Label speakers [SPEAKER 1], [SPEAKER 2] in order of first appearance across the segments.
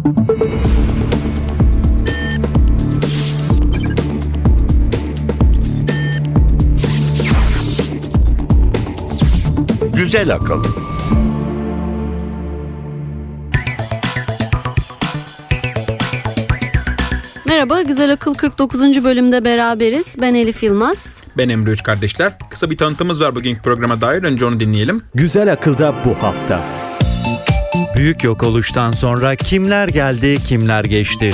[SPEAKER 1] Güzel akıl.
[SPEAKER 2] Merhaba, Güzel Akıl 49. bölümde beraberiz. Ben Elif Yılmaz.
[SPEAKER 3] Ben Emre Üç kardeşler. Kısa bir tanıtımımız var bugünkü programa dair. Önce onu dinleyelim.
[SPEAKER 4] Güzel Akıl'da bu hafta.
[SPEAKER 5] Büyük yok oluştan sonra kimler geldi, kimler geçti?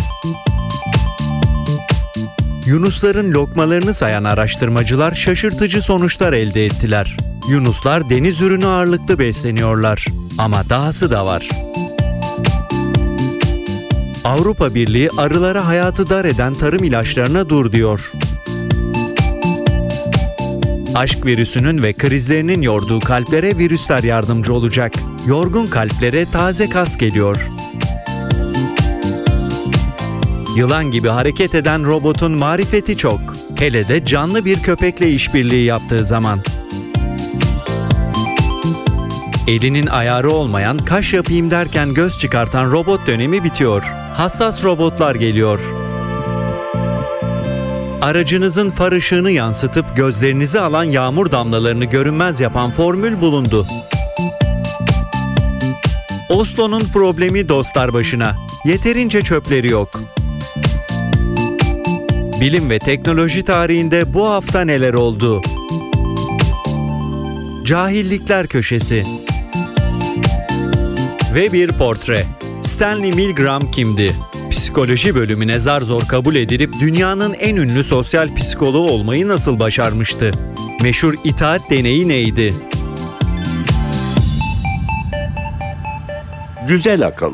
[SPEAKER 5] Yunusların lokmalarını sayan araştırmacılar şaşırtıcı sonuçlar elde ettiler. Yunuslar deniz ürünü ağırlıklı besleniyorlar. Ama dahası da var. Avrupa Birliği arılara hayatı dar eden tarım ilaçlarına dur diyor. Aşk virüsünün ve krizlerinin yorduğu kalplere virüsler yardımcı olacak. Yorgun kalplere taze kas geliyor. Yılan gibi hareket eden robotun marifeti çok. Hele de canlı bir köpekle işbirliği yaptığı zaman. Elinin ayarı olmayan, kaş yapayım derken göz çıkartan robot dönemi bitiyor. Hassas robotlar geliyor. Aracınızın far ışığını yansıtıp gözlerinizi alan yağmur damlalarını görünmez yapan formül bulundu. Oslo'nun problemi dostlar başına. Yeterince çöpleri yok. Bilim ve teknoloji tarihinde bu hafta neler oldu? Cahillikler köşesi. Ve bir portre. Stanley Milgram kimdi? Psikoloji bölümüne zar zor kabul edilip dünyanın en ünlü sosyal psikoloğu olmayı nasıl başarmıştı? Meşhur itaat deneyi neydi?
[SPEAKER 1] Güzel akıl.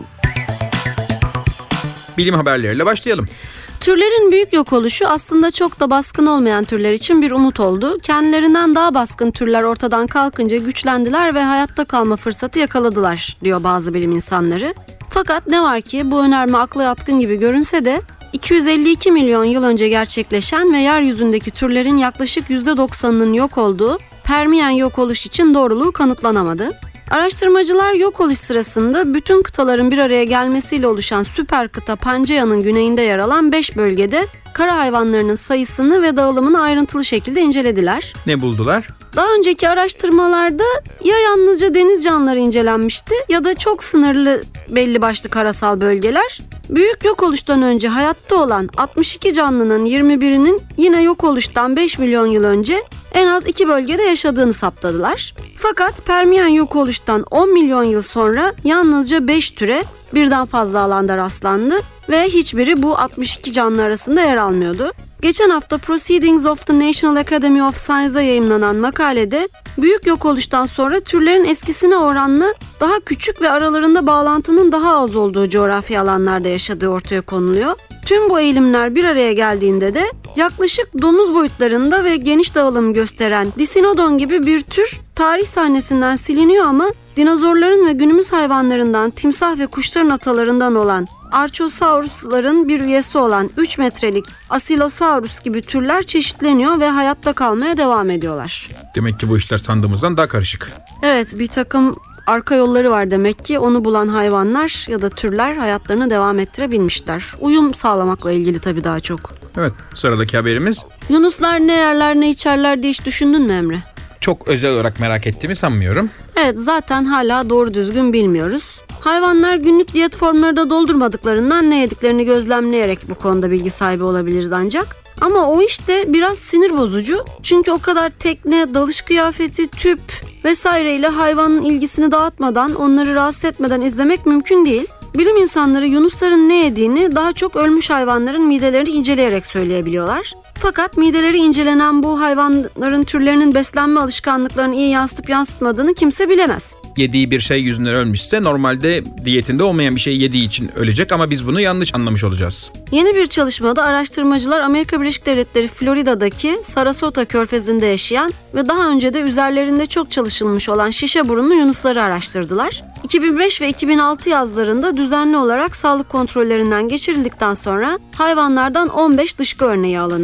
[SPEAKER 3] Bilim haberleriyle başlayalım.
[SPEAKER 2] Türlerin büyük yok oluşu aslında çok da baskın olmayan türler için bir umut oldu. Kendilerinden daha baskın türler ortadan kalkınca güçlendiler ve hayatta kalma fırsatı yakaladılar, diyor bazı bilim insanları. Fakat ne var ki bu önerme akla yatkın gibi görünse de 252 milyon yıl önce gerçekleşen ve yeryüzündeki türlerin yaklaşık %90'ının yok olduğu Permiyen yok oluş için doğruluğu kanıtlanamadı. Araştırmacılar yok oluş sırasında bütün kıtaların bir araya gelmesiyle oluşan süper kıta Pangea'nın güneyinde yer alan 5 bölgede kara hayvanlarının sayısını ve dağılımını ayrıntılı şekilde incelediler.
[SPEAKER 3] Ne buldular?
[SPEAKER 2] Daha önceki araştırmalarda ya yalnızca deniz canlıları incelenmişti ya da çok sınırlı belli başlı karasal bölgeler. Büyük yok oluştan önce hayatta olan 62 canlının 21'inin yine yok oluştan 5 milyon yıl önce en az 2 bölgede yaşadığını saptadılar. Fakat Permiyen yok oluştan 10 milyon yıl sonra yalnızca 5 türe birden fazla alanda rastlandı ve hiçbiri bu 62 canlı arasında yer almıyordu. Geçen hafta Proceedings of the National Academy of Science'da yayımlanan makalede büyük yok oluştan sonra türlerin eskisine oranla daha küçük ve aralarında bağlantının daha az olduğu coğrafi alanlarda yaşadığı ortaya konuluyor. Tüm bu eğilimler bir araya geldiğinde de yaklaşık domuz boyutlarında ve geniş dağılım gösteren Disinodon gibi bir tür tarih sahnesinden siliniyor ama dinozorların ve günümüz hayvanlarından timsah ve kuşların atalarından olan Archosaurus'ların bir üyesi olan 3 metrelik Asilosaurus gibi türler çeşitleniyor ve hayatta kalmaya devam ediyorlar.
[SPEAKER 3] Demek ki bu işler sandığımızdan daha karışık.
[SPEAKER 2] Evet, bir takım arka yolları var demek ki. Onu bulan hayvanlar ya da türler hayatlarını devam ettirebilmişler. Uyum sağlamakla ilgili tabii daha çok.
[SPEAKER 3] Evet, sıradaki haberimiz.
[SPEAKER 2] Yunuslar ne yerler ne içerler diye hiç düşündün mü Emre?
[SPEAKER 3] Çok özel olarak merak ettiğimi sanmıyorum.
[SPEAKER 2] Evet, zaten hala doğru düzgün bilmiyoruz. Hayvanlar günlük diyet formları da doldurmadıklarından ne yediklerini gözlemleyerek bu konuda bilgi sahibi olabiliriz ancak. Ama o işte biraz sinir bozucu. Çünkü o kadar tekne, dalış kıyafeti, tüp vesaireyle hayvanın ilgisini dağıtmadan, onları rahatsız etmeden izlemek mümkün değil. Bilim insanları yunusların ne yediğini daha çok ölmüş hayvanların midelerini inceleyerek söyleyebiliyorlar. Fakat mideleri incelenen bu hayvanların türlerinin beslenme alışkanlıklarını iyi yansıtıp yansıtmadığını kimse bilemez.
[SPEAKER 3] Yediği bir şey yüzünden ölmüşse normalde diyetinde olmayan bir şey yediği için ölecek ama biz bunu yanlış anlamış olacağız.
[SPEAKER 2] Yeni bir çalışmada araştırmacılar Amerika Birleşik Devletleri Florida'daki Sarasota Körfezi'nde yaşayan ve daha önce de üzerlerinde çok çalışılmış olan şişe burunlu yunusları araştırdılar. 2005 ve 2006 yazlarında düzenli olarak sağlık kontrollerinden geçirildikten sonra hayvanlardan 15 dışkı örneği alındı.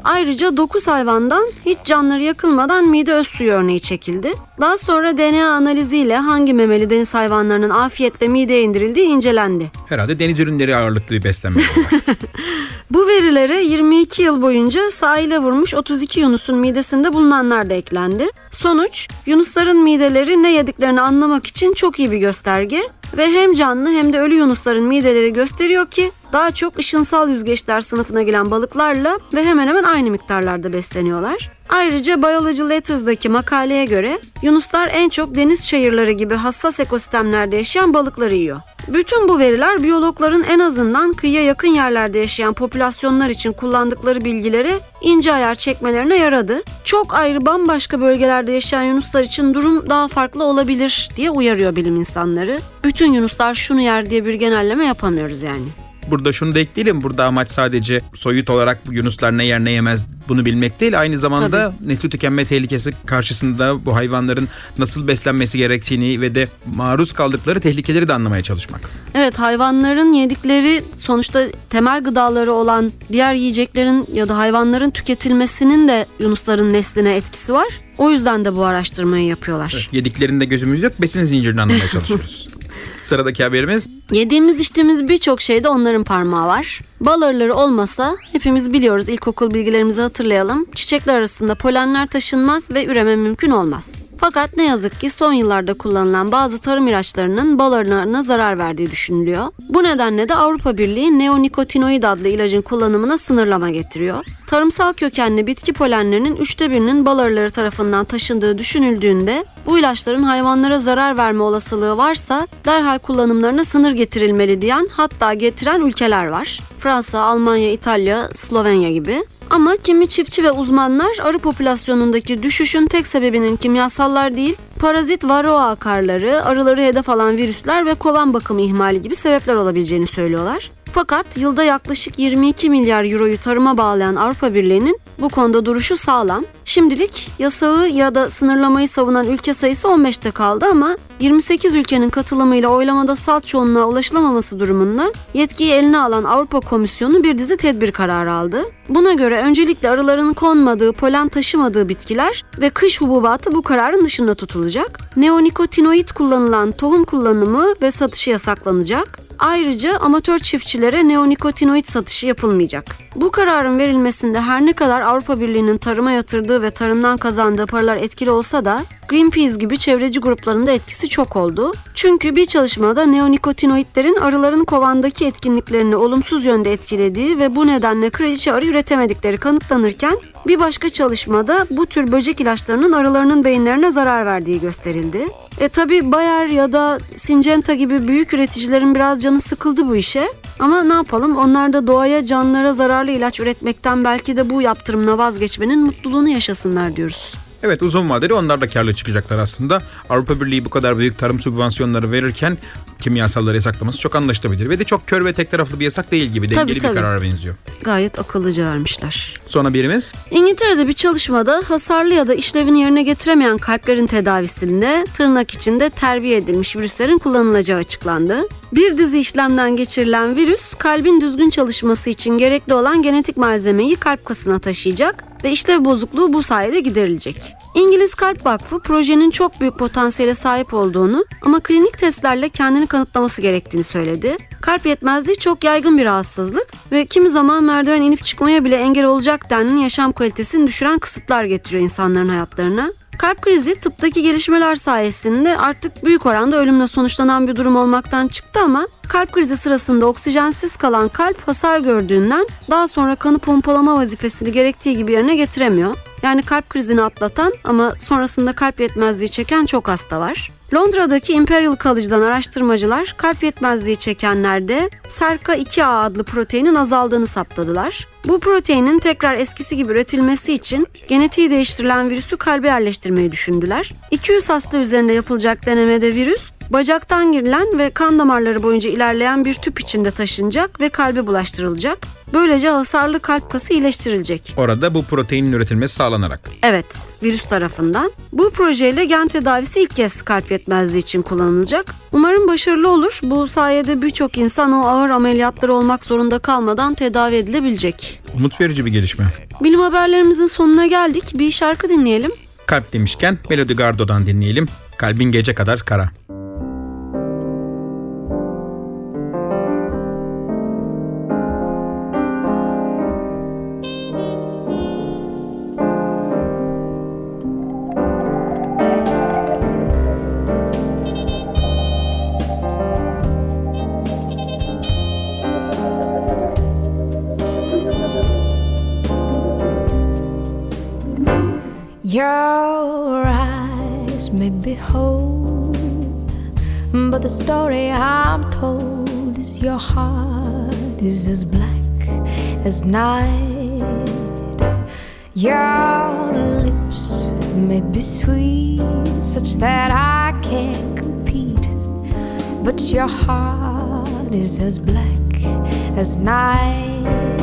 [SPEAKER 2] Ayrıca 9 hayvandan hiç canları yakılmadan mide öz suyu örneği çekildi. Daha sonra DNA analiziyle hangi memeli deniz hayvanlarının afiyetle mideye indirildiği incelendi.
[SPEAKER 3] Herhalde deniz ürünleri ağırlıklı bir beslenme var.
[SPEAKER 2] Bu verilere 22 yıl boyunca sahile vurmuş 32 Yunus'un midesinde bulunanlar da eklendi. Sonuç, Yunusların mideleri ne yediklerini anlamak için çok iyi bir gösterge ve hem canlı hem de ölü Yunusların mideleri gösteriyor ki daha çok ışınsal yüzgeçler sınıfına giren balıklarla ve hemen hemen aynı miktarlarda besleniyorlar. Ayrıca Biology Letters'daki makaleye göre Yunuslar en çok deniz çayırları gibi hassas ekosistemlerde yaşayan balıkları yiyor. Bütün bu veriler biyologların en azından kıyıya yakın yerlerde yaşayan popülasyonlar için kullandıkları bilgileri ince ayar çekmelerine yaradı. Çok ayrı bambaşka bölgelerde yaşayan Yunuslar için durum daha farklı olabilir diye uyarıyor bilim insanları. Bütün Yunuslar şunu yer diye bir genelleme yapamıyoruz yani.
[SPEAKER 3] Burada şunu da ekleyelim. Burada amaç sadece soyut olarak bu Yunuslar ne yer ne yemez bunu bilmek değil. Aynı zamanda nesli tükenme tehlikesi karşısında bu hayvanların nasıl beslenmesi gerektiğini ve de maruz kaldıkları tehlikeleri de anlamaya çalışmak.
[SPEAKER 2] Evet, hayvanların yedikleri sonuçta temel gıdaları olan diğer yiyeceklerin ya da hayvanların tüketilmesinin de Yunusların nesline etkisi var. O yüzden de bu araştırmayı yapıyorlar.
[SPEAKER 3] Evet, yediklerinde gözümüz yok. Besin zincirini anlamaya çalışıyoruz. Sıradaki haberimiz.
[SPEAKER 2] Yediğimiz içtiğimiz birçok şeyde onların parmağı var. Bal arıları olmasa hepimiz biliyoruz, ilkokul bilgilerimizi hatırlayalım. Çiçekler arasında polenler taşınmaz ve üreme mümkün olmaz. Fakat ne yazık ki son yıllarda kullanılan bazı tarım ilaçlarının bal arılarına zarar verdiği düşünülüyor. Bu nedenle de Avrupa Birliği neonikotinoid adlı ilacın kullanımına sınırlama getiriyor. Tarımsal kökenli bitki polenlerinin 1/3'ünün bal arıları tarafından taşındığı düşünüldüğünde bu ilaçların hayvanlara zarar verme olasılığı varsa derhal kullanımlarına sınır getirilmeli diyen, hatta getiren ülkeler var. Fransa, Almanya, İtalya, Slovenya gibi. Ama kimi çiftçi ve uzmanlar arı popülasyonundaki düşüşün tek sebebinin kimyasallar değil, parazit varroa akarları, arıları hedef alan virüsler ve kovan bakımı ihmali gibi sebepler olabileceğini söylüyorlar. Fakat yılda yaklaşık 22 milyar euroyu tarıma bağlayan Avrupa Birliği'nin bu konuda duruşu sağlam. Şimdilik yasağı ya da sınırlamayı savunan ülke sayısı 15'te kaldı ama 28 ülkenin katılımıyla oylamada salt çoğunluğa ulaşılamaması durumunda yetkiyi eline alan Avrupa Komisyonu bir dizi tedbir kararı aldı. Buna göre öncelikle arıların konmadığı, polen taşımadığı bitkiler ve kış hububatı bu kararın dışında tutulacak. Neonikotinoid kullanılan tohum kullanımı ve satışı yasaklanacak. Ayrıca amatör çiftçilere neonikotinoid satışı yapılmayacak. Bu kararın verilmesinde her ne kadar Avrupa Birliği'nin tarıma yatırdığı ve tarımdan kazandığı paralar etkili olsa da Greenpeace gibi çevreci grupların da etkisi çok oldu. Çünkü bir çalışmada neonikotinoidlerin arıların kovandaki etkinliklerini olumsuz yönde etkilediği ve bu nedenle kraliçe arı üretemedikleri kanıtlanırken bir başka çalışmada bu tür böcek ilaçlarının arılarının beyinlerine zarar verdiği gösterildi. Tabii Bayer ya da Syngenta gibi büyük üreticilerin biraz canı sıkıldı bu işe. Ama ne yapalım, onlar da doğaya, canlılara zararlı ilaç üretmekten belki de bu yaptırımla vazgeçmenin mutluluğunu yaşasınlar diyoruz.
[SPEAKER 3] Evet, uzun vadeli onlar da karlı çıkacaklar aslında. Avrupa Birliği bu kadar büyük tarım sübvansiyonları verirken kimyasalları yasaklaması çok anlaşılabilir. Ve de çok kör ve tek taraflı bir yasak değil gibi, dengeli bir karara benziyor.
[SPEAKER 2] Gayet akıllıca vermişler.
[SPEAKER 3] Son birimiz.
[SPEAKER 2] İngiltere'de bir çalışmada hasarlı ya da işlevini yerine getiremeyen kalplerin tedavisinde tırnak içinde terbiye edilmiş virüslerin kullanılacağı açıklandı. Bir dizi işlemden geçirilen virüs kalbin düzgün çalışması için gerekli olan genetik malzemeyi kalp kasına taşıyacak ve işlev bozukluğu bu sayede giderilecek. İngiliz Kalp Vakfı projenin çok büyük potansiyele sahip olduğunu ama klinik testlerle kendini kanıtlaması gerektiğini söyledi. Kalp yetmezliği çok yaygın bir rahatsızlık ve kimi zaman merdiven inip çıkmaya bile engel olacak denli yaşam kalitesini düşüren kısıtlar getiriyor insanların hayatlarına. Kalp krizi tıptaki gelişmeler sayesinde artık büyük oranda ölümle sonuçlanan bir durum olmaktan çıktı ama kalp krizi sırasında oksijensiz kalan kalp hasar gördüğünden daha sonra kanı pompalama vazifesini gerektiği gibi yerine getiremiyor. Yani kalp krizini atlatan ama sonrasında kalp yetmezliği çeken çok hasta var. Londra'daki Imperial College'dan araştırmacılar kalp yetmezliği çekenlerde SERCA2A adlı proteinin azaldığını saptadılar. Bu proteinin tekrar eskisi gibi üretilmesi için genetiği değiştirilen virüsü kalbe yerleştirmeyi düşündüler. 200 hasta üzerinde yapılacak denemede virüs Bacaktan girilen ve kan damarları boyunca ilerleyen bir tüp içinde taşınacak ve kalbe bulaştırılacak. Böylece hasarlı kalp kası iyileştirilecek.
[SPEAKER 3] Orada bu proteinin üretilmesi sağlanarak.
[SPEAKER 2] Evet, virüs tarafından. Bu projeyle gen tedavisi ilk kez kalp yetmezliği için kullanılacak. Umarım başarılı olur. Bu sayede birçok insan o ağır ameliyatları olmak zorunda kalmadan tedavi edilebilecek.
[SPEAKER 3] Umut verici bir gelişme.
[SPEAKER 2] Bilim haberlerimizin sonuna geldik. Bir şarkı dinleyelim.
[SPEAKER 3] Kalp demişken Melody Gardot'dan dinleyelim. Kalbin gece kadar kara.
[SPEAKER 6] Your eyes may be whole, but the story I'm told is your heart is as black as night. Your lips may be sweet, such that I can't compete, but your heart is as black as night.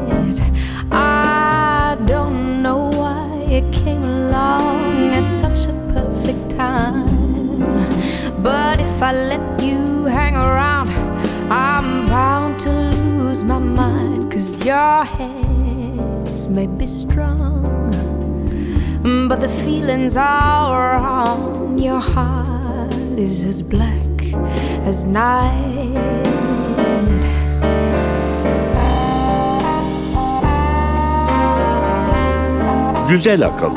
[SPEAKER 6] I don't know why it came along at such a perfect time, but if I let you hang around, I'm bound to lose my mind. 'Cause your hands may be strong, but the feelings are wrong. Your heart is as black as night.
[SPEAKER 1] Güzel akıl.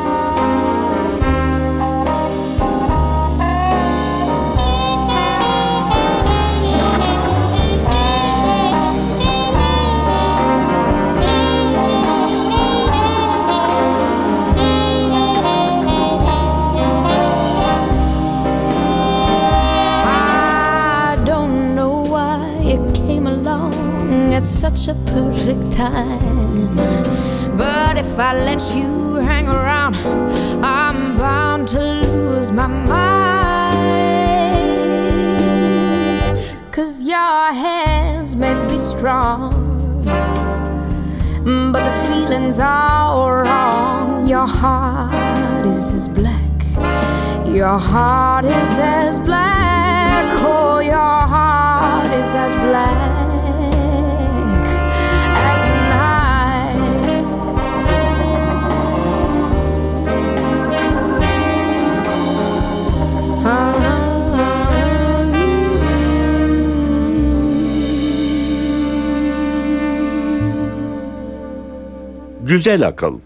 [SPEAKER 6] At such a perfect time, but if I let you hang around, I'm bound to lose my mind. 'Cause your hands may be strong, but the feelings are wrong. Your heart is as black, your heart is as black, oh, your heart is as black.
[SPEAKER 1] Güzel akıl.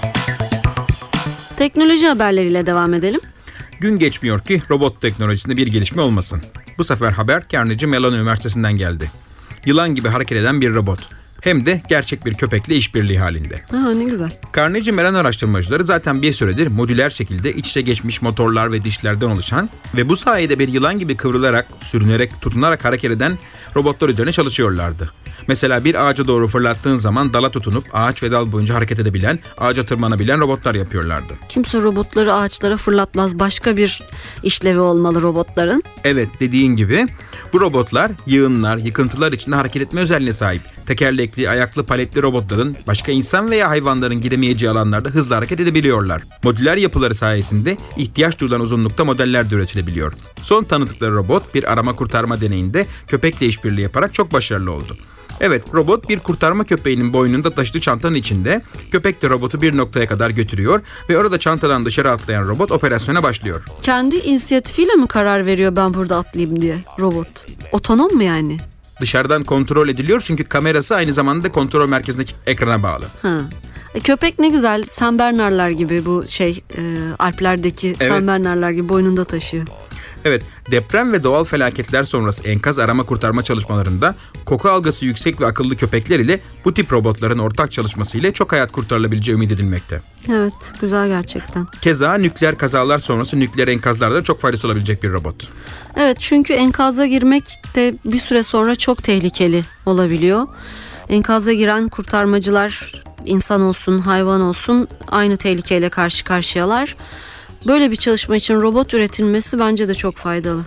[SPEAKER 2] Teknoloji haberleriyle devam edelim.
[SPEAKER 3] Gün geçmiyor ki robot teknolojisinde bir gelişme olmasın. Bu sefer haber Carnegie Mellon Üniversitesi'nden geldi. Yılan gibi hareket eden bir robot. Hem de gerçek bir köpekle işbirliği halinde.
[SPEAKER 2] Ne güzel.
[SPEAKER 3] Carnegie Mellon araştırmacıları zaten bir süredir modüler şekilde iç içe geçmiş motorlar ve dişlerden oluşan ve bu sayede bir yılan gibi kıvrılarak, sürünerek, tutunarak hareket eden robotlar üzerine çalışıyorlardı. Mesela bir ağaca doğru fırlattığın zaman dala tutunup ağaç ve dal boyunca hareket edebilen, ağaca tırmanabilen robotlar yapıyorlardı.
[SPEAKER 2] Kimse robotları ağaçlara fırlatmaz. Başka bir işlevi olmalı robotların.
[SPEAKER 3] Evet, dediğin gibi bu robotlar yığınlar, yıkıntılar içinde hareket etme özelliğine sahip. Tekerlekli, ayaklı, paletli robotların başka insan veya hayvanların giremeyeceği alanlarda hızlı hareket edebiliyorlar. Modüler yapıları sayesinde ihtiyaç duyulan uzunlukta modeller de üretilebiliyor. Son tanıttıkları robot bir arama kurtarma deneyinde köpekle işbirliği yaparak çok başarılı oldu. Evet, robot bir kurtarma köpeğinin boynunda taşıdığı çantanın içinde, köpek de robotu bir noktaya kadar götürüyor ve orada çantadan dışarı atlayan robot operasyona başlıyor.
[SPEAKER 2] Kendi inisiyatifiyle mi karar veriyor ben burada atlayayım diye robot? Otonom mu yani?
[SPEAKER 3] Dışarıdan kontrol ediliyor çünkü kamerası aynı zamanda kontrol merkezindeki ekrana bağlı.
[SPEAKER 2] Köpek ne güzel, San Bernard'lar gibi bu Alplerdeki
[SPEAKER 3] Evet.
[SPEAKER 2] San Bernard'lar gibi boynunda taşıyor.
[SPEAKER 3] Evet, deprem ve doğal felaketler sonrası enkaz arama kurtarma çalışmalarında koku algısı yüksek ve akıllı köpekler ile bu tip robotların ortak çalışması ile çok hayat kurtarılabileceği ümit edilmekte.
[SPEAKER 2] Evet, güzel gerçekten.
[SPEAKER 3] Keza nükleer kazalar sonrası nükleer enkazlarda çok faydası olabilecek bir robot.
[SPEAKER 2] Evet, çünkü enkaza girmek de bir süre sonra çok tehlikeli olabiliyor. Enkaza giren kurtarmacılar, insan olsun, hayvan olsun, aynı tehlikeyle karşı karşıyalar. Böyle bir çalışma için robot üretilmesi bence de çok faydalı.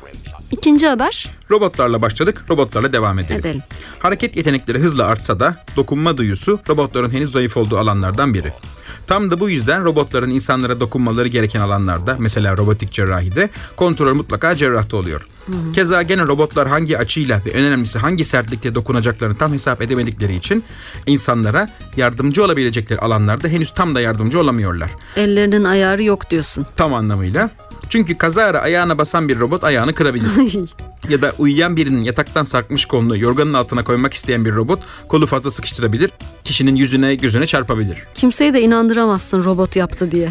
[SPEAKER 2] İkinci haber
[SPEAKER 3] Robotlarla başladık, robotlarla devam edelim.
[SPEAKER 2] edelim.
[SPEAKER 3] Hareket yetenekleri hızla artsa da dokunma duyusu robotların henüz zayıf olduğu alanlardan biri. Tam da bu yüzden robotların insanlara dokunmaları gereken alanlarda, mesela robotik cerrahide, kontrol mutlaka cerrahta oluyor. Keza gene robotlar hangi açıyla ve en önemlisi hangi sertlikte dokunacaklarını tam hesap edemedikleri için insanlara yardımcı olabilecekleri alanlarda henüz tam da yardımcı olamıyorlar.
[SPEAKER 2] Ellerinin ayarı yok diyorsun.
[SPEAKER 3] Tam anlamıyla. Çünkü kazara ayağına basan bir robot ayağını kırabilir. Ya da uyuyan birinin yataktan sarkmış kolunu yorganın altına koymak isteyen bir robot kolu fazla sıkıştırabilir. Kişinin yüzüne gözüne çarpabilir.
[SPEAKER 2] Kimseyi de inandıramazsın robot yaptı diye.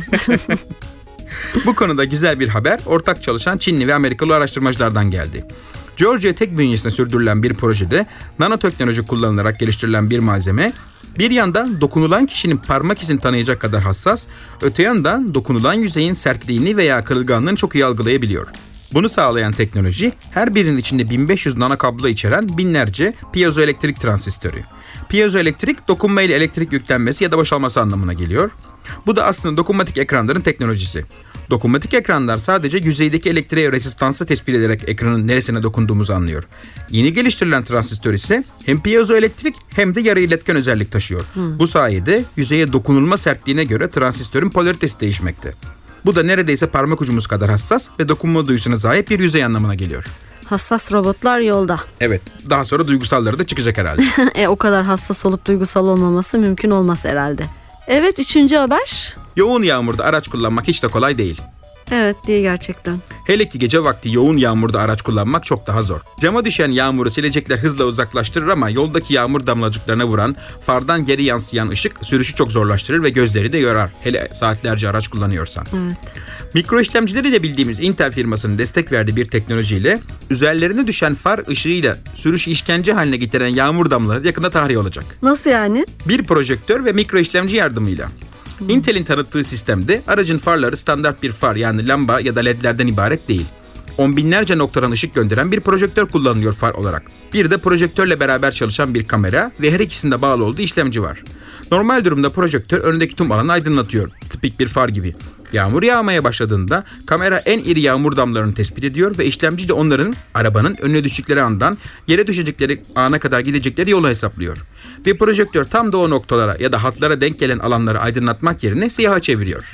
[SPEAKER 3] Bu konuda güzel bir haber ortak çalışan Çinli ve Amerikalı araştırmacılardan geldi. Georgia Tech bünyesinde sürdürülen bir projede nanoteknoloji kullanılarak geliştirilen bir malzeme bir yandan dokunulan kişinin parmak izini tanıyacak kadar hassas, öte yandan dokunulan yüzeyin sertliğini veya kırılganlığını çok iyi algılayabiliyor. Bunu sağlayan teknoloji her birinin içinde 1500 nanokablo içeren binlerce piyozoelektrik transistörü. Piyozoelektrik dokunma ile elektrik yüklenmesi ya da boşalması anlamına geliyor. Bu da aslında dokunmatik ekranların teknolojisi. Dokunmatik ekranlar sadece yüzeydeki elektriğe rezistansı tespit ederek ekranın neresine dokunduğumuzu anlıyor. Yeni geliştirilen transistör ise hem piyozoelektrik hem de yarı iletken özellik taşıyor. Bu sayede yüzeye dokunulma sertliğine göre transistörün polaritesi değişmekte. Bu da neredeyse parmak ucumuz kadar hassas ve dokunma duyusuna sahip bir yüzey anlamına geliyor.
[SPEAKER 2] Hassas robotlar yolda.
[SPEAKER 3] Evet, daha sonra duygusalları da çıkacak herhalde.
[SPEAKER 2] O kadar hassas olup duygusal olmaması mümkün olmaz herhalde. Evet, üçüncü haber.
[SPEAKER 3] Yoğun yağmurda araç kullanmak hiç de kolay değil.
[SPEAKER 2] Evet, değil gerçekten.
[SPEAKER 3] Hele ki gece vakti yoğun yağmurda araç kullanmak çok daha zor. Cama düşen yağmuru silecekler hızla uzaklaştırır ama yoldaki yağmur damlacıklarına vuran, fardan geri yansıyan ışık sürüşü çok zorlaştırır ve gözleri de yorar. Hele saatlerce araç kullanıyorsan.
[SPEAKER 2] Evet.
[SPEAKER 3] Mikro işlemcileri de bildiğimiz Intel firmasının destek verdiği bir teknolojiyle üzerlerine düşen far ışığıyla sürüşü işkence haline getiren yağmur damlaları yakında tahliye olacak.
[SPEAKER 2] Nasıl yani?
[SPEAKER 3] Bir projektör ve mikro işlemci yardımıyla. Intel'in tanıttığı sistemde aracın farları standart bir far yani lamba ya da ledlerden ibaret değil. On binlerce noktadan ışık gönderen bir projektör kullanılıyor far olarak. Bir de projektörle beraber çalışan bir kamera ve her ikisinde bağlı olduğu işlemci var. Normal durumda projektör önündeki tüm alanı aydınlatıyor. Tipik bir far gibi. Yağmur yağmaya başladığında kamera en iri yağmur damlalarını tespit ediyor ve işlemci de onların arabanın önüne düştükleri andan yere düşecekleri ana kadar gidecekleri yolu hesaplıyor. Ve projektör tam da o noktalara ya da hatlara denk gelen alanları aydınlatmak yerine siyaha çeviriyor.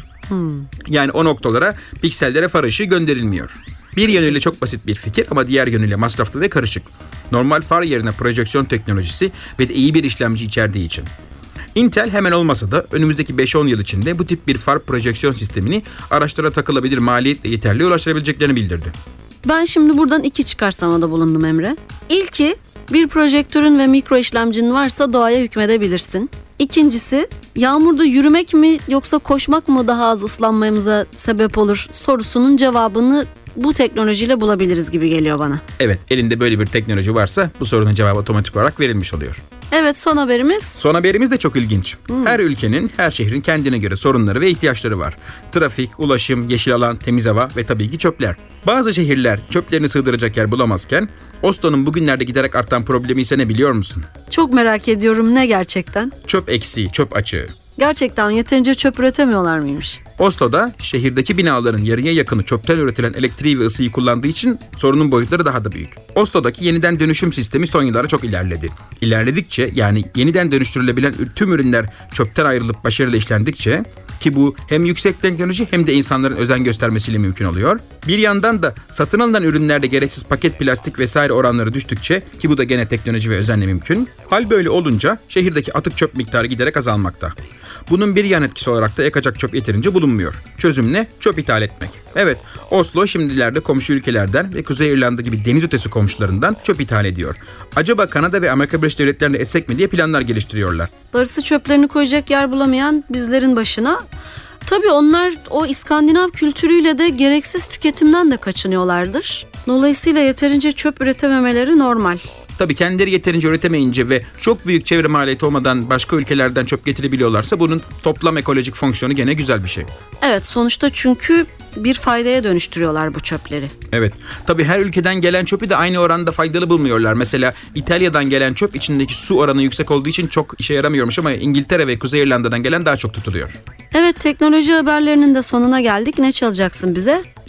[SPEAKER 3] Yani o noktalara, piksellere far ışığı gönderilmiyor. Bir yönüyle çok basit bir fikir ama diğer yönüyle masraflı ve karışık. Normal far yerine projeksiyon teknolojisi ve de iyi bir işlemci içerdiği için. Intel hemen olmasa da önümüzdeki 5-10 yıl içinde bu tip bir far projeksiyon sistemini araçlara takılabilir maliyetle yeterli ulaştırabileceklerini bildirdi.
[SPEAKER 2] Ben şimdi buradan iki çıkarsamada bulundum Emre. İlki, bir projektörün ve mikro işlemcinin varsa doğaya hükmedebilirsin. İkincisi, yağmurda yürümek mi yoksa koşmak mı daha az ıslanmamıza sebep olur sorusunun cevabını bu teknolojiyle bulabiliriz gibi geliyor bana.
[SPEAKER 3] Evet, elinde böyle bir teknoloji varsa bu sorunun cevabı otomatik olarak verilmiş oluyor.
[SPEAKER 2] Evet, son haberimiz.
[SPEAKER 3] Son haberimiz de çok ilginç. Her ülkenin, her şehrin kendine göre sorunları ve ihtiyaçları var. Trafik, ulaşım, yeşil alan, temiz hava ve tabii ki çöpler. Bazı şehirler çöplerini sığdıracak yer bulamazken Oslo'nun bugünlerde giderek artan problemi ise ne biliyor musun?
[SPEAKER 2] Çok merak ediyorum, ne gerçekten?
[SPEAKER 3] Çöp eksiği, çöp açığı.
[SPEAKER 2] Gerçekten yeterince çöp üretemiyorlar mıymış?
[SPEAKER 3] Oslo'da şehirdeki binaların yarıya yakını çöpten üretilen elektriği ve ısıyı kullandığı için sorunun boyutları daha da büyük. Oslo'daki yeniden dönüşüm sistemi son yıllarda çok ilerledi. İlerledikçe, yani yeniden dönüştürülebilen tüm ürünler çöpten ayrılıp başarıyla işlendikçe, ki bu hem yüksek teknoloji hem de insanların özen göstermesiyle mümkün oluyor. Bir yandan da satın alınan ürünlerde gereksiz paket plastik vesaire oranları düştükçe, ki bu da gene teknoloji ve özenle mümkün. Hal böyle olunca şehirdeki atık çöp miktarı giderek azalmakta. Bunun bir yan etkisi olarak da yakacak çöp yeterince bulunmuyor. Çözüm ne? Çöp ithal etmek. Evet, Oslo şimdilerde komşu ülkelerden ve Kuzey İrlanda gibi deniz ötesi komşularından çöp ithal ediyor. Acaba Kanada ve Amerika Birleşik Devletleri'ne etsek mi diye planlar geliştiriyorlar.
[SPEAKER 2] Darısı çöplerini koyacak yer bulamayan bizlerin başına. Tabii onlar o İskandinav kültürüyle de gereksiz tüketimden de kaçınıyorlardır. Dolayısıyla yeterince çöp üretememeleri normal.
[SPEAKER 3] Tabii kendileri yeterince üretemeyince ve çok büyük çevre maliyeti olmadan başka ülkelerden çöp getirebiliyorlarsa bunun toplam ekolojik fonksiyonu gene güzel bir şey.
[SPEAKER 2] Evet, sonuçta çünkü bir faydaya dönüştürüyorlar bu çöpleri.
[SPEAKER 3] Evet. Tabii her ülkeden gelen çöpü de aynı oranda faydalı bulmuyorlar. Mesela İtalya'dan gelen çöp içindeki su oranı yüksek olduğu için çok işe yaramıyormuş ama İngiltere ve Kuzey İrlanda'dan gelen daha çok tutuluyor.
[SPEAKER 2] Evet, teknoloji haberlerinin de sonuna geldik. Ne çalacaksın bize?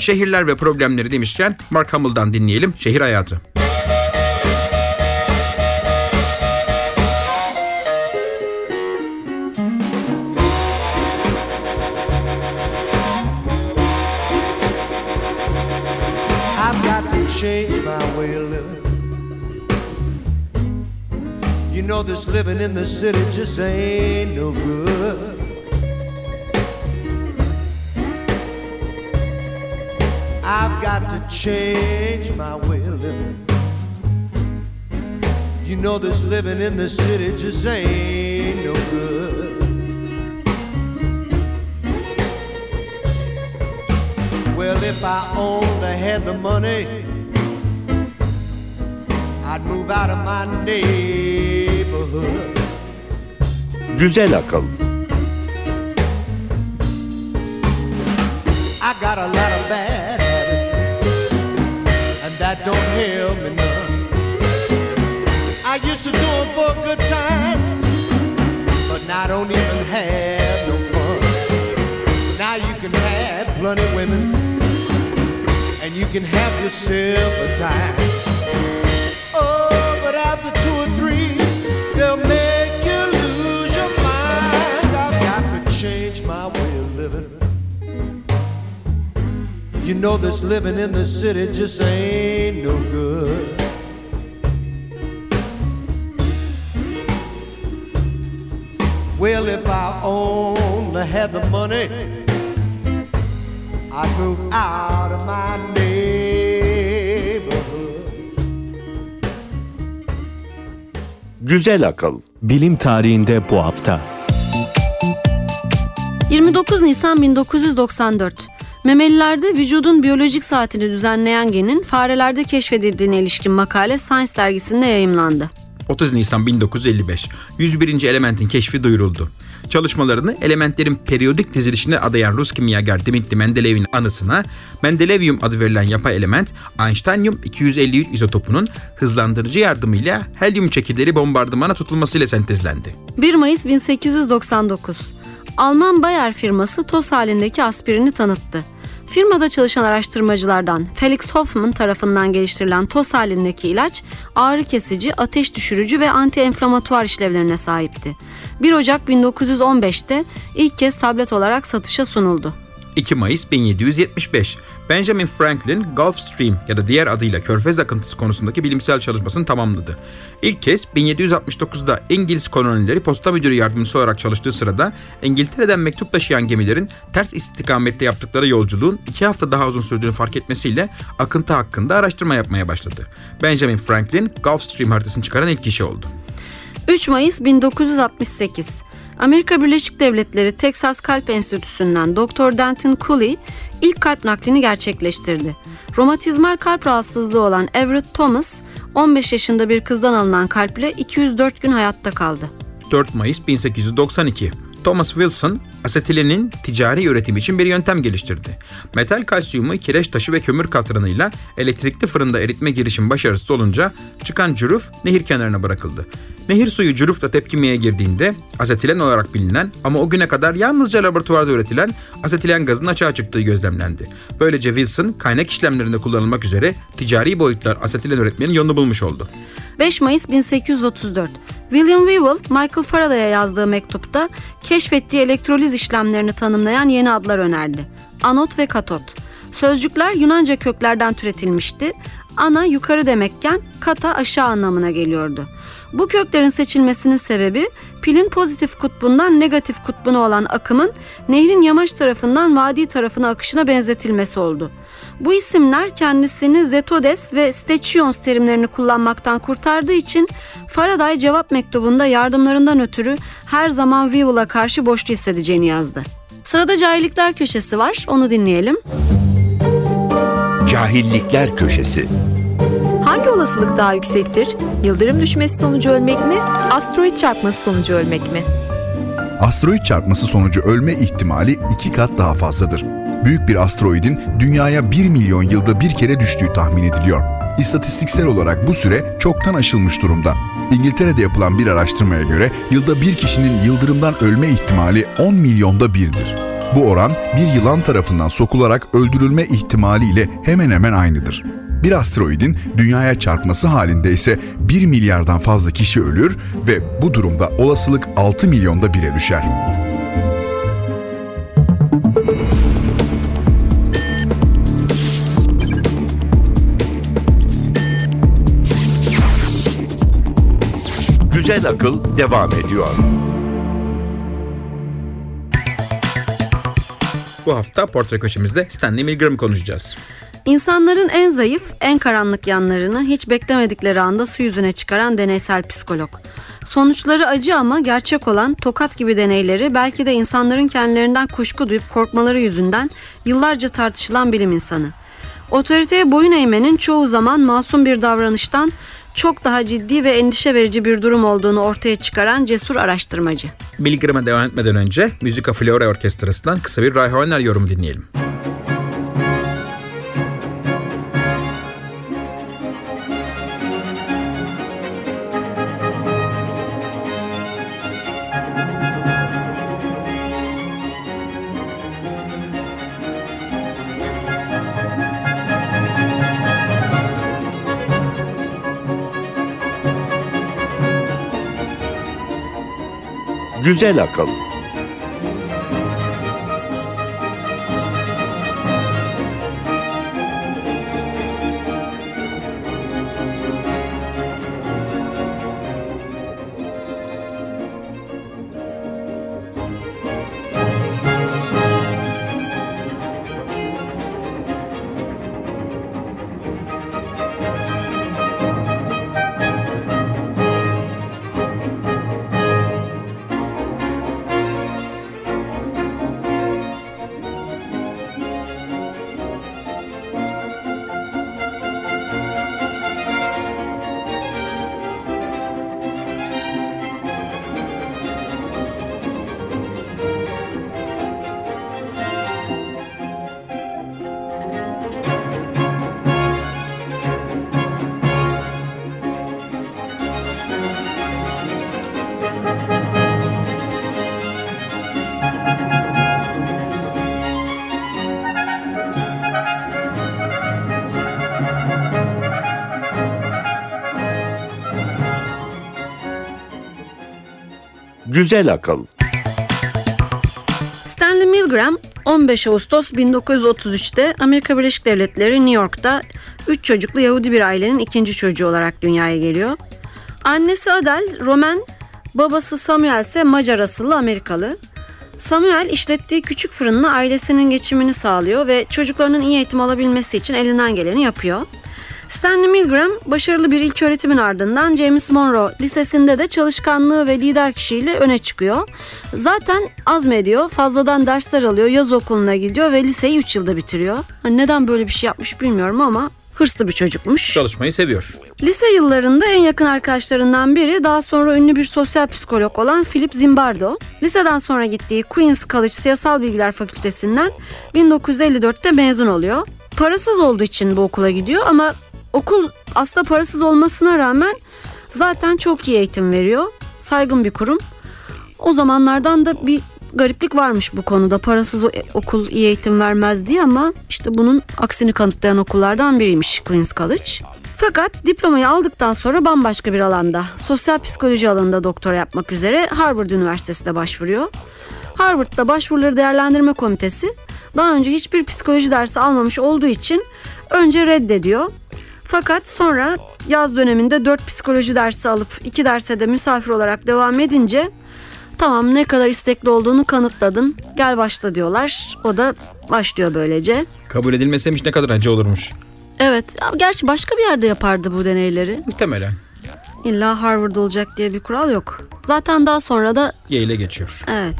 [SPEAKER 3] Şehirler ve problemleri demişken Mark Hamill'dan dinleyelim Şehir Hayatı.
[SPEAKER 7] I've got to change my way of living. You know this living in the city just ain't no good. I've got to change my way of living. You know this living in the city just ain't no good. Well, if I only had the money, I'd move out of my neighborhood.
[SPEAKER 1] Güzel akıl.
[SPEAKER 7] I got a lot of bad habits, and that don't help me none. I used to do them for a good time, but now I don't even have no fun. Now you can have plenty of women, and you can have yourself a time. Oh, but after 2 or 3, they'll make you lose your mind. I've got to change my way of living. You know this living in the city just ain't no good. Well, if I only had the money, I'd move out of my neighborhood.
[SPEAKER 1] Güzel akıl.
[SPEAKER 4] Bilim tarihinde bu hafta.
[SPEAKER 2] 29 Nisan 1994. Memelilerde vücudun biyolojik saatini düzenleyen genin farelerde keşfedildiğine ilişkin makale Science dergisinde yayımlandı.
[SPEAKER 3] 30 Nisan 1955. 101. elementin keşfi duyuruldu. Çalışmalarını elementlerin periyodik dizilişine adayan Rus kimyager Dmitri Mendelev'in anısına Mendelevium adı verilen yapay element Einsteinium 253 izotopunun hızlandırıcı yardımıyla helyum çekirdeği bombardımana tutulmasıyla sentezlendi.
[SPEAKER 2] 1 Mayıs 1899. Alman Bayer firması toz halindeki aspirini tanıttı. Firmada çalışan araştırmacılardan Felix Hoffmann tarafından geliştirilen toz halindeki ilaç ağrı kesici, ateş düşürücü ve anti-enflamatuar işlevlerine sahipti. 1 Ocak 1915'te ilk kez tablet olarak satışa sunuldu.
[SPEAKER 3] 2 Mayıs 1775. Benjamin Franklin Gulf Stream ya da diğer adıyla Körfez akıntısı konusundaki bilimsel çalışmasını tamamladı. İlk kez 1769'da İngiliz kolonileri posta müdürü yardımcısı olarak çalıştığı sırada İngiltere'den mektup taşıyan gemilerin ters istikamette yaptıkları yolculuğun 2 hafta daha uzun sürdüğünü fark etmesiyle akıntı hakkında araştırma yapmaya başladı. Benjamin Franklin Gulf Stream haritasını çıkaran ilk kişi oldu.
[SPEAKER 2] 3 Mayıs 1968. Amerika Birleşik Devletleri Texas Kalp Enstitüsü'nden Dr. Denton Cooley ilk kalp naklini gerçekleştirdi. Romatizmal kalp rahatsızlığı olan Everett Thomas, 15 yaşında bir kızdan alınan kalple 204 gün hayatta kaldı.
[SPEAKER 3] 4 Mayıs 1892. Thomas Wilson, asetilenin ticari üretimi için bir yöntem geliştirdi. Metal kalsiyumu kireç taşı ve kömür katranıyla elektrikli fırında eritme girişimi başarısız olunca çıkan cüruf nehir kenarına bırakıldı. Nehir suyu cürufla tepkimeye girdiğinde asetilen olarak bilinen ama o güne kadar yalnızca laboratuvarda üretilen asetilen gazının açığa çıktığı gözlemlendi. Böylece Wilson kaynak işlemlerinde kullanılmak üzere ticari boyutlar asetilen üretmenin yolunu bulmuş oldu.
[SPEAKER 2] 5 Mayıs 1834. William Whewell, Michael Faraday'a yazdığı mektupta keşfettiği elektroliz işlemlerini tanımlayan yeni adlar önerdi. Anot ve katot. Sözcükler Yunanca köklerden türetilmişti. Ana yukarı demekken kata aşağı anlamına geliyordu. Bu köklerin seçilmesinin sebebi pilin pozitif kutbundan negatif kutbuna olan akımın nehrin yamaç tarafından vadi tarafına akışına benzetilmesi oldu. Bu isimler kendisini Zetodes ve Stachyon terimlerini kullanmaktan kurtardığı için Faraday cevap mektubunda yardımlarından ötürü her zaman Whewell'a karşı borçlu hissedeceğini yazdı. Sırada cahillikler köşesi var, onu dinleyelim.
[SPEAKER 1] Cahillikler köşesi.
[SPEAKER 8] Hangi olasılık daha yüksektir? Yıldırım düşmesi sonucu ölmek mi? Asteroid çarpması sonucu ölmek mi?
[SPEAKER 9] Asteroid çarpması sonucu ölme ihtimali 2 kat daha fazladır. Büyük bir asteroidin Dünya'ya 1 milyon yılda bir kere düştüğü tahmin ediliyor. İstatistiksel olarak bu süre çoktan aşılmış durumda. İngiltere'de yapılan bir araştırmaya göre yılda bir kişinin yıldırımdan ölme ihtimali 10 milyonda birdir. Bu oran bir yılan tarafından sokularak öldürülme ihtimaliyle hemen hemen aynıdır. Bir asteroidin dünyaya çarpması halinde ise 1 milyardan fazla kişi ölür ve bu durumda olasılık 6 milyonda 1'e düşer.
[SPEAKER 1] Güzel akıl devam ediyor.
[SPEAKER 3] Bu hafta portre köşemizde Stanley Milgram'ı konuşacağız.
[SPEAKER 2] İnsanların en zayıf, en karanlık yanlarını hiç beklemedikleri anda su yüzüne çıkaran deneysel psikolog. Sonuçları acı ama gerçek olan tokat gibi deneyleri belki de insanların kendilerinden kuşku duyup korkmaları yüzünden yıllarca tartışılan bilim insanı. Otoriteye boyun eğmenin çoğu zaman masum bir davranıştan çok daha ciddi ve endişe verici bir durum olduğunu ortaya çıkaran cesur araştırmacı.
[SPEAKER 3] Milgram'a devam etmeden önce Musica Flora Orkestrası'ndan kısa bir Ray Harner yorumu dinleyelim.
[SPEAKER 1] Güzel akıl. Güzel akıl.
[SPEAKER 2] Stanley Milgram 15 Ağustos 1933'te Amerika Birleşik Devletleri New York'ta 3 çocuklu Yahudi bir ailenin ikinci çocuğu olarak dünyaya geliyor. Annesi Adele Romen, babası Samuel ise Macar asıllı Amerikalı. Samuel işlettiği küçük fırınla ailesinin geçimini sağlıyor ve çocuklarının iyi eğitim alabilmesi için elinden geleni yapıyor. Stanley Milgram başarılı bir ilköğretimin ardından James Monroe Lisesi'nde de çalışkanlığı ve lider kişiliğiyle öne çıkıyor. Zaten azmediyor, fazladan dersler alıyor, yaz okuluna gidiyor ve liseyi 3 yılda bitiriyor. Neden böyle bir şey yapmış bilmiyorum ama hırslı bir çocukmuş.
[SPEAKER 3] Çalışmayı seviyor.
[SPEAKER 2] Lise yıllarında en yakın arkadaşlarından biri daha sonra ünlü bir sosyal psikolog olan Philip Zimbardo. Liseden sonra gittiği Queens College Siyasal Bilgiler Fakültesinden 1954'te mezun oluyor. Parasız olduğu için bu okula gidiyor ama okul aslında parasız olmasına rağmen zaten çok iyi eğitim veriyor. Saygın bir kurum. O zamanlardan da bir gariplik varmış bu konuda. Parasız okul iyi eğitim vermez diye ama işte bunun aksini kanıtlayan okullardan biriymiş Queens College. Fakat diplomayı aldıktan sonra bambaşka bir alanda, sosyal psikoloji alanında doktora yapmak üzere Harvard Üniversitesi'ne başvuruyor. Harvard'da başvuruları değerlendirme komitesi daha önce hiçbir psikoloji dersi almamış olduğu için önce reddediyor. Fakat sonra yaz döneminde 4 psikoloji dersi alıp 2 derse de misafir olarak devam edince tamam ne kadar istekli olduğunu kanıtladın, gel başla diyorlar. O da başlıyor böylece.
[SPEAKER 3] Kabul edilmeseymiş ne kadar acı olurmuş.
[SPEAKER 2] Evet, gerçi başka bir yerde yapardı bu deneyleri.
[SPEAKER 3] Muhtemelen.
[SPEAKER 2] İlla Harvard olacak diye bir kural yok. Zaten daha sonra da
[SPEAKER 3] Yale'e geçiyor.
[SPEAKER 2] evet.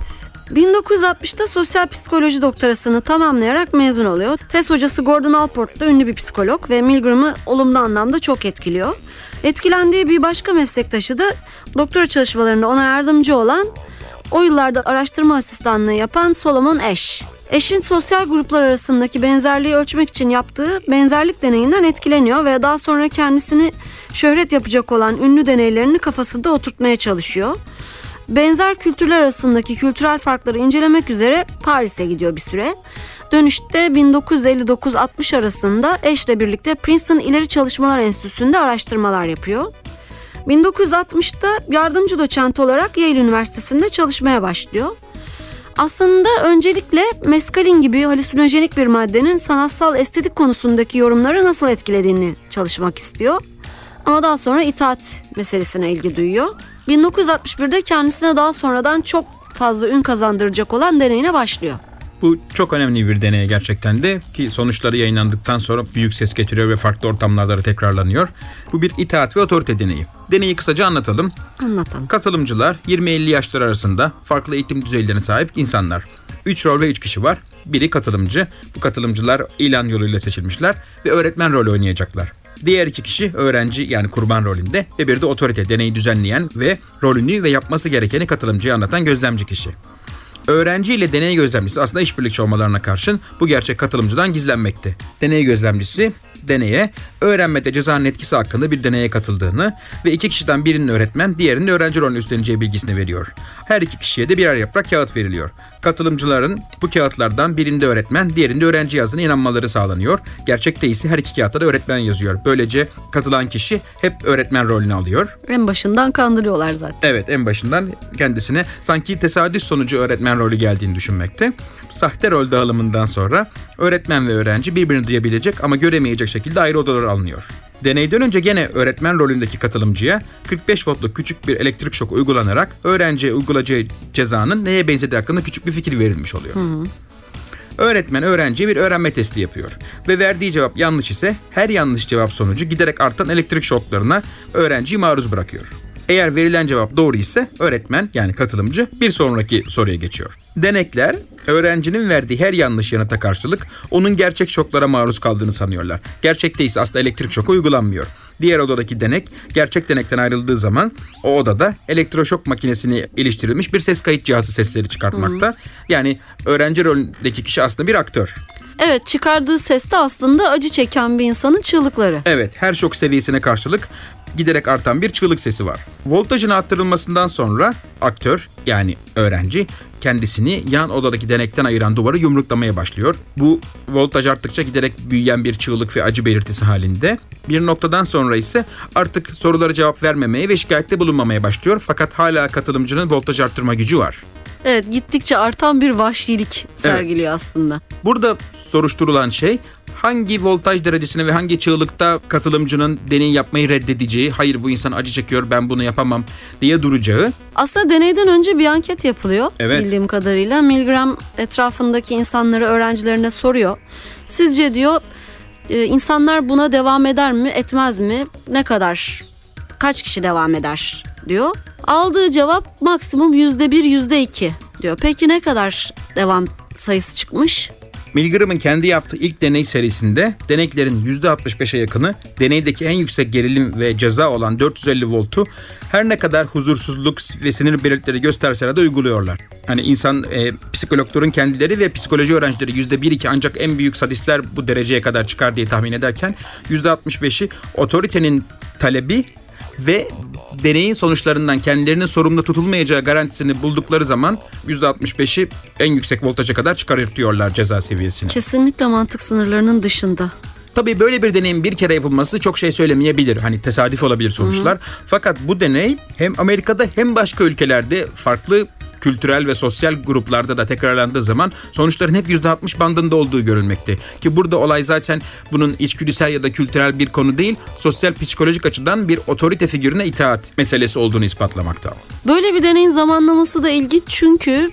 [SPEAKER 2] 1960'ta sosyal psikoloji doktorasını tamamlayarak mezun oluyor. Tez hocası Gordon Allport da ünlü bir psikolog ve Milgram'ı olumlu anlamda çok etkiliyor. Etkilendiği bir başka meslektaşı da doktora çalışmalarında ona yardımcı olan, o yıllarda araştırma asistanlığı yapan Solomon Asch. Asch'in sosyal gruplar arasındaki benzerliği ölçmek için yaptığı benzerlik deneyinden etkileniyor ve daha sonra kendisini şöhret yapacak olan ünlü deneylerini kafasında oturtmaya çalışıyor. benzer kültürler arasındaki kültürel farkları incelemek üzere Paris'e gidiyor bir süre. Dönüşte 1959-60 arasında eşle birlikte Princeton İleri Çalışmalar Enstitüsü'nde araştırmalar yapıyor. 1960'ta yardımcı doçent olarak Yale Üniversitesi'nde çalışmaya başlıyor. Aslında öncelikle meskalin gibi halüsinojenik bir maddenin sanatsal estetik konusundaki yorumları nasıl etkilediğini çalışmak istiyor. Ama daha sonra itaat meselesine ilgi duyuyor. 1961'de kendisine daha sonradan çok fazla ün kazandıracak olan deneyine başlıyor.
[SPEAKER 3] Bu çok önemli bir deney gerçekten de ki sonuçları yayınlandıktan sonra büyük ses getiriyor ve farklı ortamlarda da tekrarlanıyor. Bu bir itaat ve otorite deneyi. Deneyi kısaca anlatalım.
[SPEAKER 2] Anlatalım.
[SPEAKER 3] Katılımcılar 20-50 yaşlar arasında farklı eğitim düzeylerine sahip insanlar. 3 rol ve 3 kişi var. Biri katılımcı. Bu katılımcılar ilan yoluyla seçilmişler ve öğretmen rolü oynayacaklar. Diğer 2 kişi öğrenci yani kurban rolünde ve bir de otorite deneyi düzenleyen ve rolünü ve yapması gerekeni katılımcıya anlatan gözlemci kişi. Öğrenci ile deney gözlemcisi aslında işbirlikçi olmalarına karşın bu gerçek katılımcıdan gizlenmekte. Deney gözlemcisi deneye öğrenmede cezanın etkisi hakkında bir deneye katıldığını ve 2 kişiden birinin öğretmen, diğerinin öğrenci rolünü üstleneceği bilgisini veriyor. Her 2 kişiye de birer yaprak kağıt veriliyor. Katılımcıların bu kağıtlardan birinde öğretmen, diğerinde öğrenci yazdığına inanmaları sağlanıyor. Gerçekte ise her 2 kağıtta da öğretmen yazıyor. Böylece katılan kişi hep öğretmen rolünü alıyor.
[SPEAKER 2] En başından kandırıyorlar zaten.
[SPEAKER 3] Evet, en başından kendisine sanki tesadüf sonucu öğretmen rolü geldiğini düşünmekte. Sahte rol dağılımından sonra öğretmen ve öğrenci birbirini duyabilecek ama göremeyecek şekilde ayrı odalara alınıyor. Deneyden önce gene öğretmen rolündeki katılımcıya 45 voltluk küçük bir elektrik şoku uygulanarak öğrenciye uygulayacağı cezanın neye benzediği hakkında küçük bir fikir verilmiş oluyor. Öğretmen öğrenciye bir öğrenme testi yapıyor ve verdiği cevap yanlış ise her yanlış cevap sonucu giderek artan elektrik şoklarına öğrenciyi maruz bırakıyor. Eğer verilen cevap doğru ise öğretmen yani katılımcı bir sonraki soruya geçiyor. Denekler öğrencinin verdiği her yanlış yanıta karşılık onun gerçek şoklara maruz kaldığını sanıyorlar. Gerçekte ise aslında elektrik şoku uygulanmıyor. Diğer odadaki denek gerçek denekten ayrıldığı zaman o odada elektroşok makinesine iliştirilmiş bir ses kayıt cihazı sesleri çıkartmakta. Yani öğrenci rolündeki kişi aslında bir aktör.
[SPEAKER 2] Evet, çıkardığı ses de aslında acı çeken bir insanın çığlıkları.
[SPEAKER 3] Evet, her şok seviyesine karşılık giderek artan bir çığlık sesi var. Voltajın arttırılmasından sonra aktör yani öğrenci kendisini yan odadaki denekten ayıran duvarı yumruklamaya başlıyor. Bu voltaj arttıkça giderek büyüyen bir çığlık ve acı belirtisi halinde. Bir noktadan sonra ise artık sorulara cevap vermemeye ve şikayette bulunmamaya başlıyor. Fakat hala katılımcının voltaj arttırma gücü var.
[SPEAKER 2] Evet, gittikçe artan bir vahşilik sergiliyor aslında.
[SPEAKER 3] Burada soruşturulan şey hangi voltaj derecesine ve hangi çığlıkta katılımcının deney yapmayı reddedeceği, hayır bu insan acı çekiyor ben bunu yapamam diye duracağı.
[SPEAKER 2] Aslında deneyden önce bir anket yapılıyor.
[SPEAKER 3] Evet.
[SPEAKER 2] Bildiğim kadarıyla Milgram etrafındaki insanları öğrencilerine soruyor. Sizce diyor insanlar buna devam eder mi etmez mi, ne kadar, kaç kişi devam eder diyor. Aldığı cevap maksimum %1, %2 diyor. Peki ne kadar devam sayısı çıkmış?
[SPEAKER 3] Milgram'ın kendi yaptığı ilk deney serisinde deneklerin %65'e yakını deneydeki en yüksek gerilim ve ceza olan 450 voltu her ne kadar huzursuzluk ve sinir belirtileri gösterseler de uyguluyorlar. Hani insan psikologların kendileri ve psikoloji öğrencileri %1-2 ancak en büyük sadistler bu dereceye kadar çıkar diye tahmin ederken %65'i otoritenin talebi ve deneyin sonuçlarından kendilerinin sorumlu tutulmayacağı garantisini buldukları zaman %65'i en yüksek voltaja kadar çıkartıyorlar ceza seviyesini.
[SPEAKER 2] Kesinlikle mantık sınırlarının dışında.
[SPEAKER 3] Tabii böyle bir deneyin bir kere yapılması çok şey söylemeyebilir. Hani tesadüf olabilir sonuçlar. Fakat bu deney hem Amerika'da hem başka ülkelerde farklı kültürel ve sosyal gruplarda da tekrarlandığı zaman sonuçların hep %60 bandında olduğu görülmekte. Ki burada olay zaten bunun içgüdüsel ya da kültürel bir konu değil, sosyal psikolojik açıdan bir otorite figürüne itaat meselesi olduğunu ispatlamakta.
[SPEAKER 2] Böyle bir deneyin zamanlaması da ilginç çünkü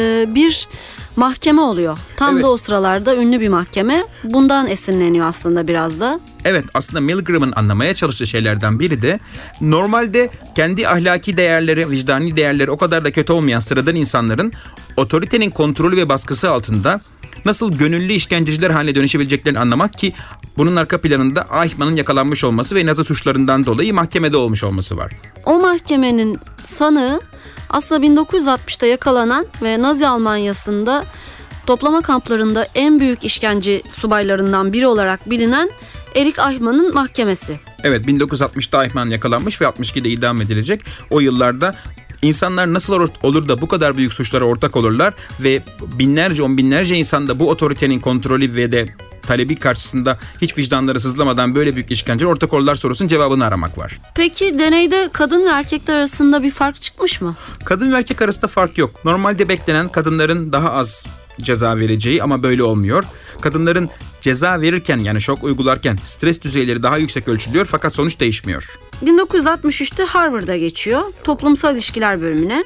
[SPEAKER 2] bir mahkeme oluyor. Tam da o sıralarda ünlü bir mahkeme. Bundan esinleniyor aslında biraz da.
[SPEAKER 3] Evet, aslında Milgram'ın anlamaya çalıştığı şeylerden biri de normalde kendi ahlaki değerleri, vicdani değerleri o kadar da kötü olmayan sıradan insanların otoritenin kontrolü ve baskısı altında nasıl gönüllü işkenceciler haline dönüşebileceklerini anlamak ki bunun arka planında Eichmann'ın yakalanmış olması ve Nazi suçlarından dolayı mahkemede olmuş olması var.
[SPEAKER 2] O mahkemenin sanığı aslında 1960'ta yakalanan ve Nazi Almanyası'nda toplama kamplarında en büyük işkence subaylarından biri olarak bilinen Erich Eichmann'ın mahkemesi.
[SPEAKER 3] Evet, 1960'da Eichmann yakalanmış ve 62'de idam edilecek. O yıllarda İnsanlar nasıl olur da bu kadar büyük suçlara ortak olurlar ve binlerce, on binlerce insan da bu otoritenin kontrolü ve de talebi karşısında hiç vicdanları sızlamadan böyle büyük işkenceye ortak olurlar sorusunun cevabını aramak var.
[SPEAKER 2] Peki deneyde kadın ve erkekler arasında bir fark çıkmış mı?
[SPEAKER 3] Kadın ve erkek arasında fark yok. Normalde beklenen kadınların daha az ceza vereceği ama böyle olmuyor. Kadınların ceza verirken yani şok uygularken stres düzeyleri daha yüksek ölçülüyor fakat sonuç değişmiyor.
[SPEAKER 2] 1963'te Harvard'a geçiyor, toplumsal ilişkiler bölümüne.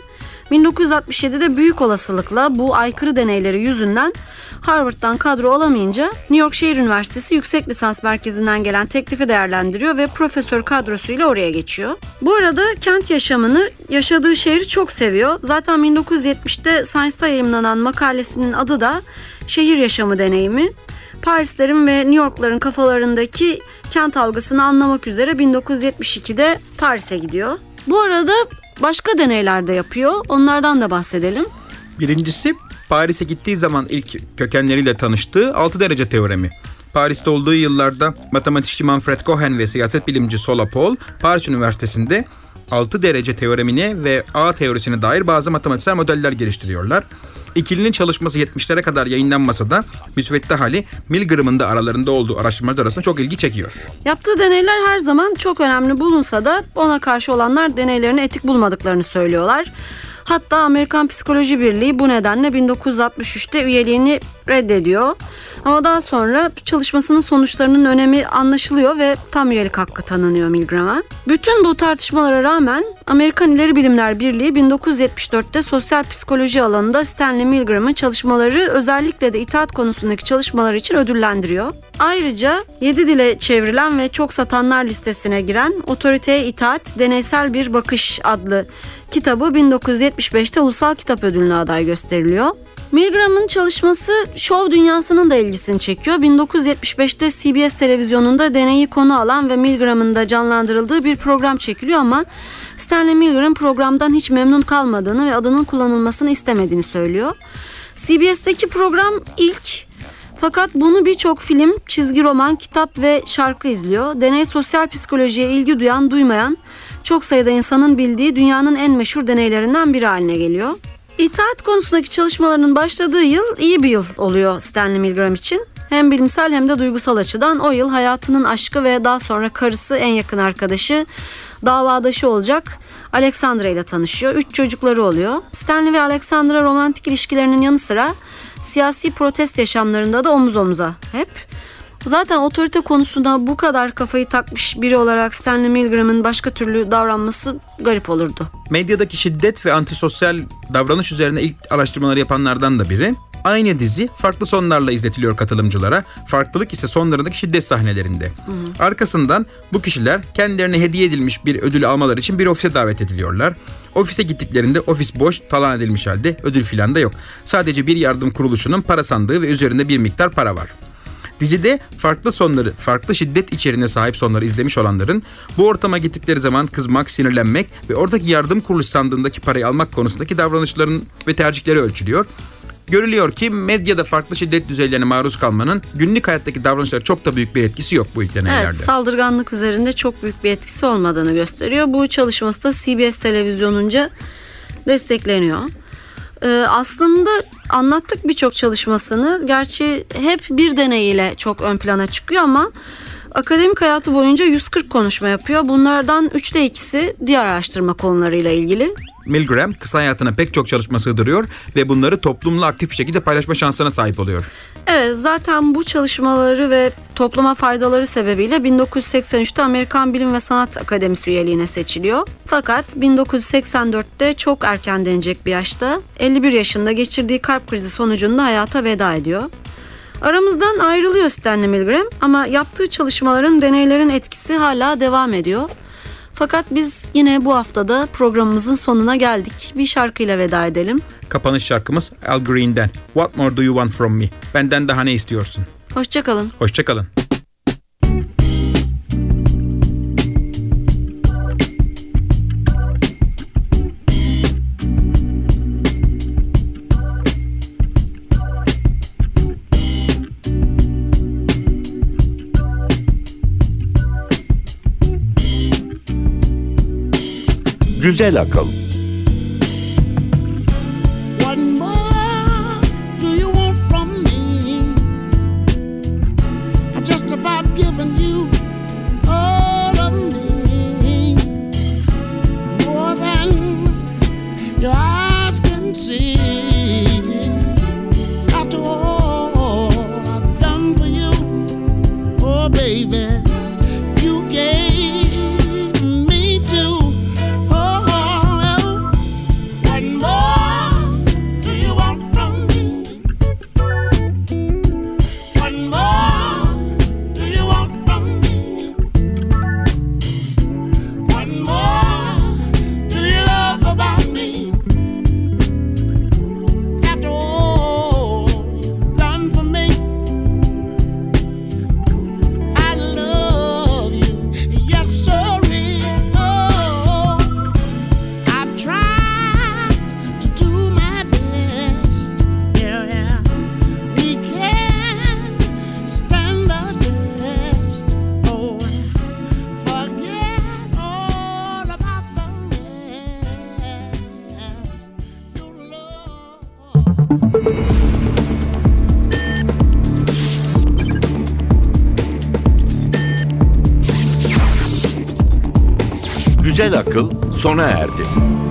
[SPEAKER 2] 1967'de büyük olasılıkla bu aykırı deneyleri yüzünden Harvard'dan kadro olamayınca New York Şehir Üniversitesi Yüksek Lisans Merkezi'nden gelen teklifi değerlendiriyor ve profesör kadrosuyla oraya geçiyor. Bu arada kent yaşamını, yaşadığı şehri çok seviyor. Zaten 1970'te Science'da yayımlanan makalesinin adı da Şehir Yaşamı Deneyimi. Parislerin ve New Yorkların kafalarındaki kent algısını anlamak üzere 1972'de Paris'e gidiyor. Bu arada başka deneyler de yapıyor. Onlardan da bahsedelim.
[SPEAKER 3] Birincisi Paris'e gittiği zaman ilk kökenleriyle tanıştığı 6 derece teoremi. Paris'te olduğu yıllarda matematikçi Manfred Cohen ve siyaset bilimci Sola Paul Paris Üniversitesi'nde 6 derece teoremine ve ağ teorisine dair bazı matematiksel modeller geliştiriyorlar. İkilinin çalışması 70'lere kadar yayınlanmasa da müsvedde hali Milgram'ın da aralarında olduğu araştırmacılar arasında çok ilgi çekiyor.
[SPEAKER 2] Yaptığı deneyler her zaman çok önemli bulunsa da ona karşı olanlar deneylerini etik bulmadıklarını söylüyorlar. Hatta Amerikan Psikoloji Birliği bu nedenle 1963'te üyeliğini reddediyor. Ama daha sonra çalışmasının sonuçlarının önemi anlaşılıyor ve tam üyelik hakkı tanınıyor Milgram'a. Bütün bu tartışmalara rağmen Amerikan İleri Bilimler Birliği 1974'te sosyal psikoloji alanında Stanley Milgram'ın çalışmaları özellikle de itaat konusundaki çalışmaları için ödüllendiriyor. Ayrıca 7 dile çevrilen ve çok satanlar listesine giren Otoriteye İtaat, Deneysel Bir Bakış adlı kitabı 1975'te Ulusal Kitap Ödülü'ne aday gösteriliyor. Milgram'ın çalışması şov dünyasının da ilgisini çekiyor. 1975'te CBS televizyonunda deneyi konu alan ve Milgram'ın da canlandırıldığı bir program çekiliyor ama Stanley Milgram programdan hiç memnun kalmadığını ve adının kullanılmasını istemediğini söylüyor. CBS'teki program ilk, fakat bunu birçok film, çizgi roman, kitap ve şarkı izliyor. Deney sosyal psikolojiye ilgi duyan, duymayan çok sayıda insanın bildiği dünyanın en meşhur deneylerinden biri haline geliyor. İtaat konusundaki çalışmalarının başladığı yıl iyi bir yıl oluyor Stanley Milgram için. Hem bilimsel hem de duygusal açıdan o yıl hayatının aşkı ve daha sonra karısı, en yakın arkadaşı, davadaşı olacak Alexandra ile tanışıyor. 3 çocukları oluyor. Stanley ve Alexandra romantik ilişkilerinin yanı sıra siyasi protest yaşamlarında da omuz omuza hep. Zaten otorite konusunda bu kadar kafayı takmış biri olarak Stanley Milgram'ın başka türlü davranması garip olurdu.
[SPEAKER 3] Medyadaki şiddet ve antisosyal davranış üzerine ilk araştırmaları yapanlardan da biri. Aynı dizi farklı sonlarla izletiliyor katılımcılara. Farklılık ise sonlarındaki şiddet sahnelerinde. Arkasından bu kişiler kendilerine hediye edilmiş bir ödül almaları için bir ofise davet ediliyorlar. Ofise gittiklerinde ofis boş, talan edilmiş halde, ödül filan da yok. Sadece bir yardım kuruluşunun para sandığı ve üzerinde bir miktar para var. Dizide farklı sonları, farklı şiddet içeriğine sahip sonları izlemiş olanların bu ortama gittikleri zaman kızmak, sinirlenmek ve oradaki yardım kuruluş sandığındaki parayı almak konusundaki davranışların ve tercihleri ölçülüyor. Görülüyor ki medyada farklı şiddet düzeylerine maruz kalmanın günlük hayattaki davranışlara çok da büyük bir etkisi yok bu ilk deneylerde.
[SPEAKER 2] Evet, saldırganlık üzerinde çok büyük bir etkisi olmadığını gösteriyor. Bu çalışması da CBS televizyonunca destekleniyor. Aslında anlattık birçok çalışmasını. Gerçi hep bir deneyiyle çok ön plana çıkıyor ama akademik hayatı boyunca 140 konuşma yapıyor. Bunlardan 3'te 2'si diğer araştırma konularıyla ilgili.
[SPEAKER 3] Milgram kısa hayatına pek çok çalışma sığdırıyor ve bunları toplumla aktif bir şekilde paylaşma şansına sahip oluyor. Evet,
[SPEAKER 2] zaten bu çalışmaları ve topluma faydaları sebebiyle 1983'te Amerikan Bilim ve Sanat Akademisi üyeliğine seçiliyor. Fakat 1984'te çok erken denecek bir yaşta 51 yaşında geçirdiği kalp krizi sonucunda hayata veda ediyor. Aramızdan ayrılıyor Stanley Milgram ama yaptığı çalışmaların, deneylerin etkisi hala devam ediyor. Fakat biz yine bu haftada programımızın sonuna geldik. Bir şarkıyla veda edelim.
[SPEAKER 3] Kapanış şarkımız Al Green'den What More Do You Want From Me? Benden daha ne istiyorsun?
[SPEAKER 2] Hoşçakalın.
[SPEAKER 3] Hoşçakalın.
[SPEAKER 1] Güzel akıl. Güzel akıl sona erdi.